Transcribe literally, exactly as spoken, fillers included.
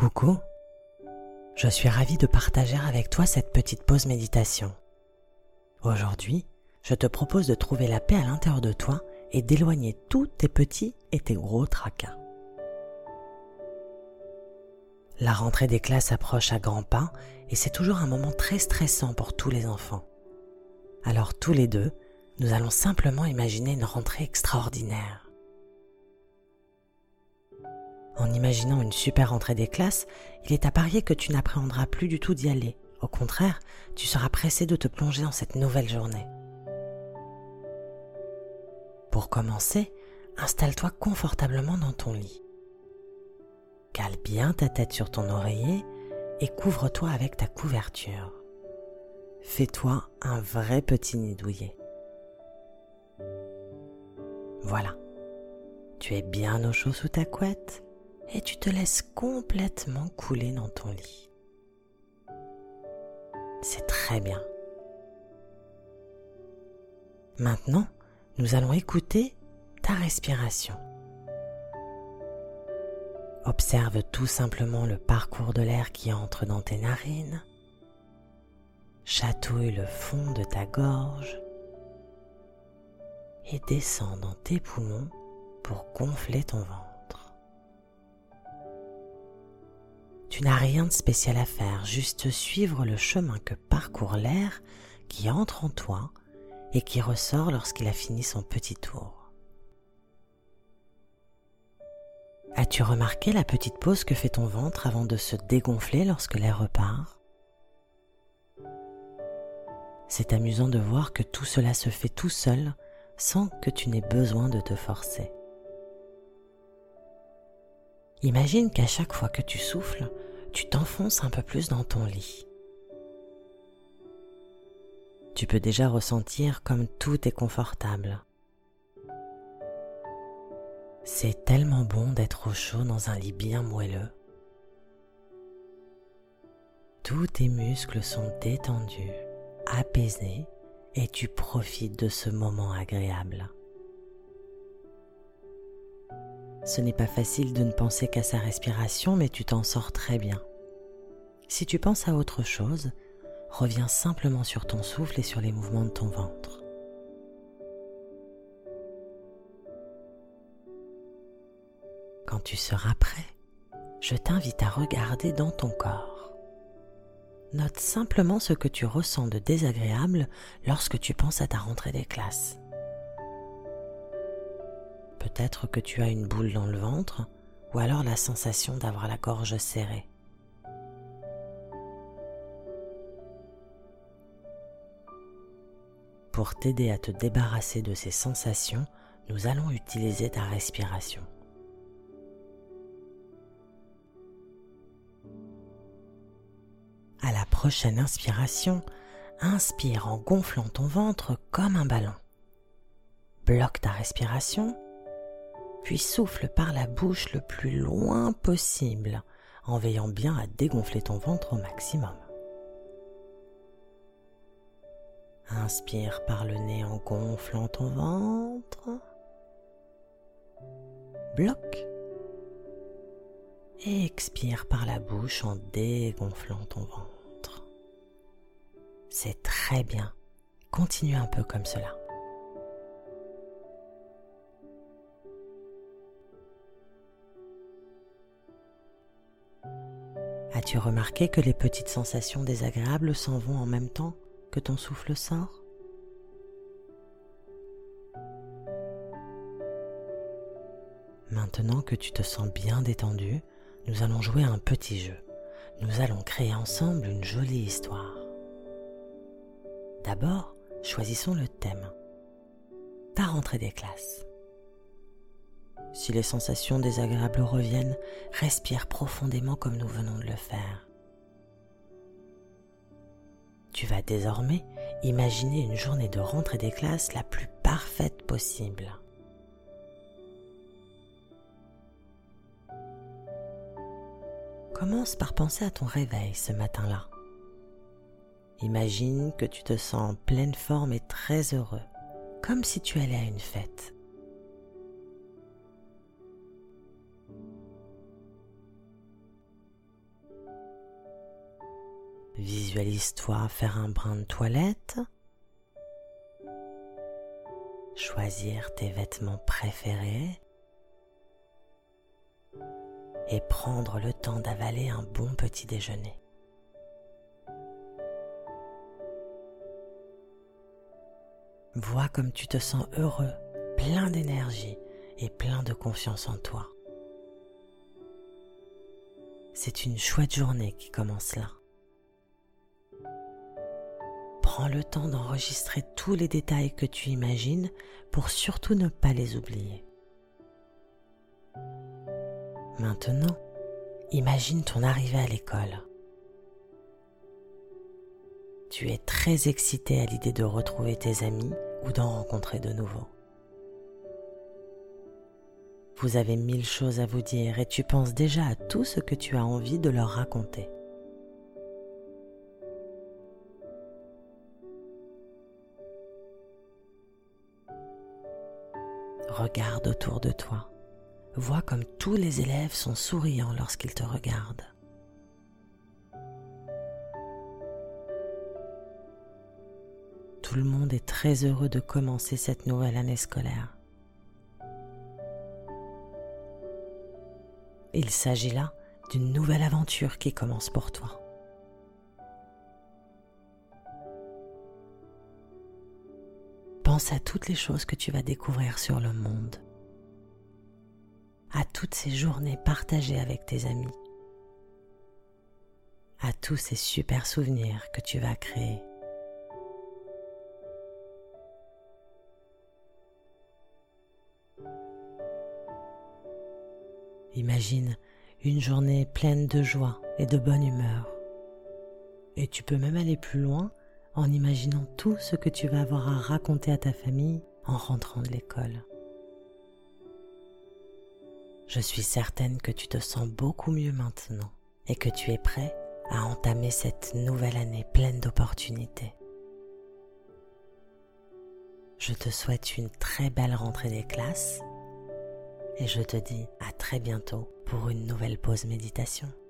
Coucou, je suis ravie de partager avec toi cette petite pause méditation. Aujourd'hui, je te propose de trouver la paix à l'intérieur de toi et d'éloigner tous tes petits et tes gros tracas. La rentrée des classes approche à grands pas et c'est toujours un moment très stressant pour tous les enfants. Alors tous les deux, nous allons simplement imaginer une rentrée extraordinaire. En imaginant une super rentrée des classes, il est à parier que tu n'appréhenderas plus du tout d'y aller. Au contraire, tu seras pressé de te plonger dans cette nouvelle journée. Pour commencer, installe-toi confortablement dans ton lit. Cale bien ta tête sur ton oreiller et couvre-toi avec ta couverture. Fais-toi un vrai petit nid douillet. Voilà, tu es bien au chaud sous ta couette et tu te laisses complètement couler dans ton lit. C'est très bien. Maintenant, nous allons écouter ta respiration. Observe tout simplement le parcours de l'air qui entre dans tes narines, chatouille le fond de ta gorge et descend dans tes poumons pour gonfler ton ventre. Tu n'as rien de spécial à faire, juste suivre le chemin que parcourt l'air qui entre en toi et qui ressort lorsqu'il a fini son petit tour. As-tu remarqué la petite pause que fait ton ventre avant de se dégonfler lorsque l'air repart ? C'est amusant de voir que tout cela se fait tout seul sans que tu n'aies besoin de te forcer. Imagine qu'à chaque fois que tu souffles, tu t'enfonces un peu plus dans ton lit. Tu peux déjà ressentir comme tout est confortable. C'est tellement bon d'être au chaud dans un lit bien moelleux. Tous tes muscles sont détendus, apaisés et tu profites de ce moment agréable. Ce n'est pas facile de ne penser qu'à sa respiration, mais tu t'en sors très bien. Si tu penses à autre chose, reviens simplement sur ton souffle et sur les mouvements de ton ventre. Quand tu seras prêt, je t'invite à regarder dans ton corps. Note simplement ce que tu ressens de désagréable lorsque tu penses à ta rentrée des classes. Peut-être que tu as une boule dans le ventre ou alors la sensation d'avoir la gorge serrée. Pour t'aider à te débarrasser de ces sensations, nous allons utiliser ta respiration. À la prochaine inspiration, inspire en gonflant ton ventre comme un ballon. Bloque ta respiration, puis souffle par la bouche le plus loin possible en veillant bien à dégonfler ton ventre au maximum. Inspire par le nez en gonflant ton ventre. Bloque. Et expire par la bouche en dégonflant ton ventre. C'est très bien. Continue un peu comme cela. As-tu remarqué que les petites sensations désagréables s'en vont en même temps que ton souffle sort ? Maintenant que tu te sens bien détendu, nous allons jouer à un petit jeu. Nous allons créer ensemble une jolie histoire. D'abord, choisissons le thème. Ta rentrée des classes. Si les sensations désagréables reviennent, respire profondément comme nous venons de le faire. Tu vas désormais imaginer une journée de rentrée des classes la plus parfaite possible. Commence par penser à ton réveil ce matin-là. Imagine que tu te sens en pleine forme et très heureux, comme si tu allais à une fête. Visualise-toi faire un bain de toilette, choisir tes vêtements préférés et prendre le temps d'avaler un bon petit déjeuner. Vois comme tu te sens heureux, plein d'énergie et plein de confiance en toi. C'est une chouette journée qui commence là. Prends le temps d'enregistrer tous les détails que tu imagines pour surtout ne pas les oublier. Maintenant, imagine ton arrivée à l'école. Tu es très excité à l'idée de retrouver tes amis ou d'en rencontrer de nouveaux. Vous avez mille choses à vous dire et tu penses déjà à tout ce que tu as envie de leur raconter. Regarde autour de toi. Vois comme tous les élèves sont souriants lorsqu'ils te regardent. Tout le monde est très heureux de commencer cette nouvelle année scolaire. Il s'agit là d'une nouvelle aventure qui commence pour toi. Pense à toutes les choses que tu vas découvrir sur le monde, à toutes ces journées partagées avec tes amis, à tous ces super souvenirs que tu vas créer. Imagine une journée pleine de joie et de bonne humeur. Et tu peux même aller plus loin en imaginant tout ce que tu vas avoir à raconter à ta famille en rentrant de l'école. Je suis certaine que tu te sens beaucoup mieux maintenant et que tu es prêt à entamer cette nouvelle année pleine d'opportunités. Je te souhaite une très belle rentrée des classes et je te dis à très bientôt pour une nouvelle pause méditation.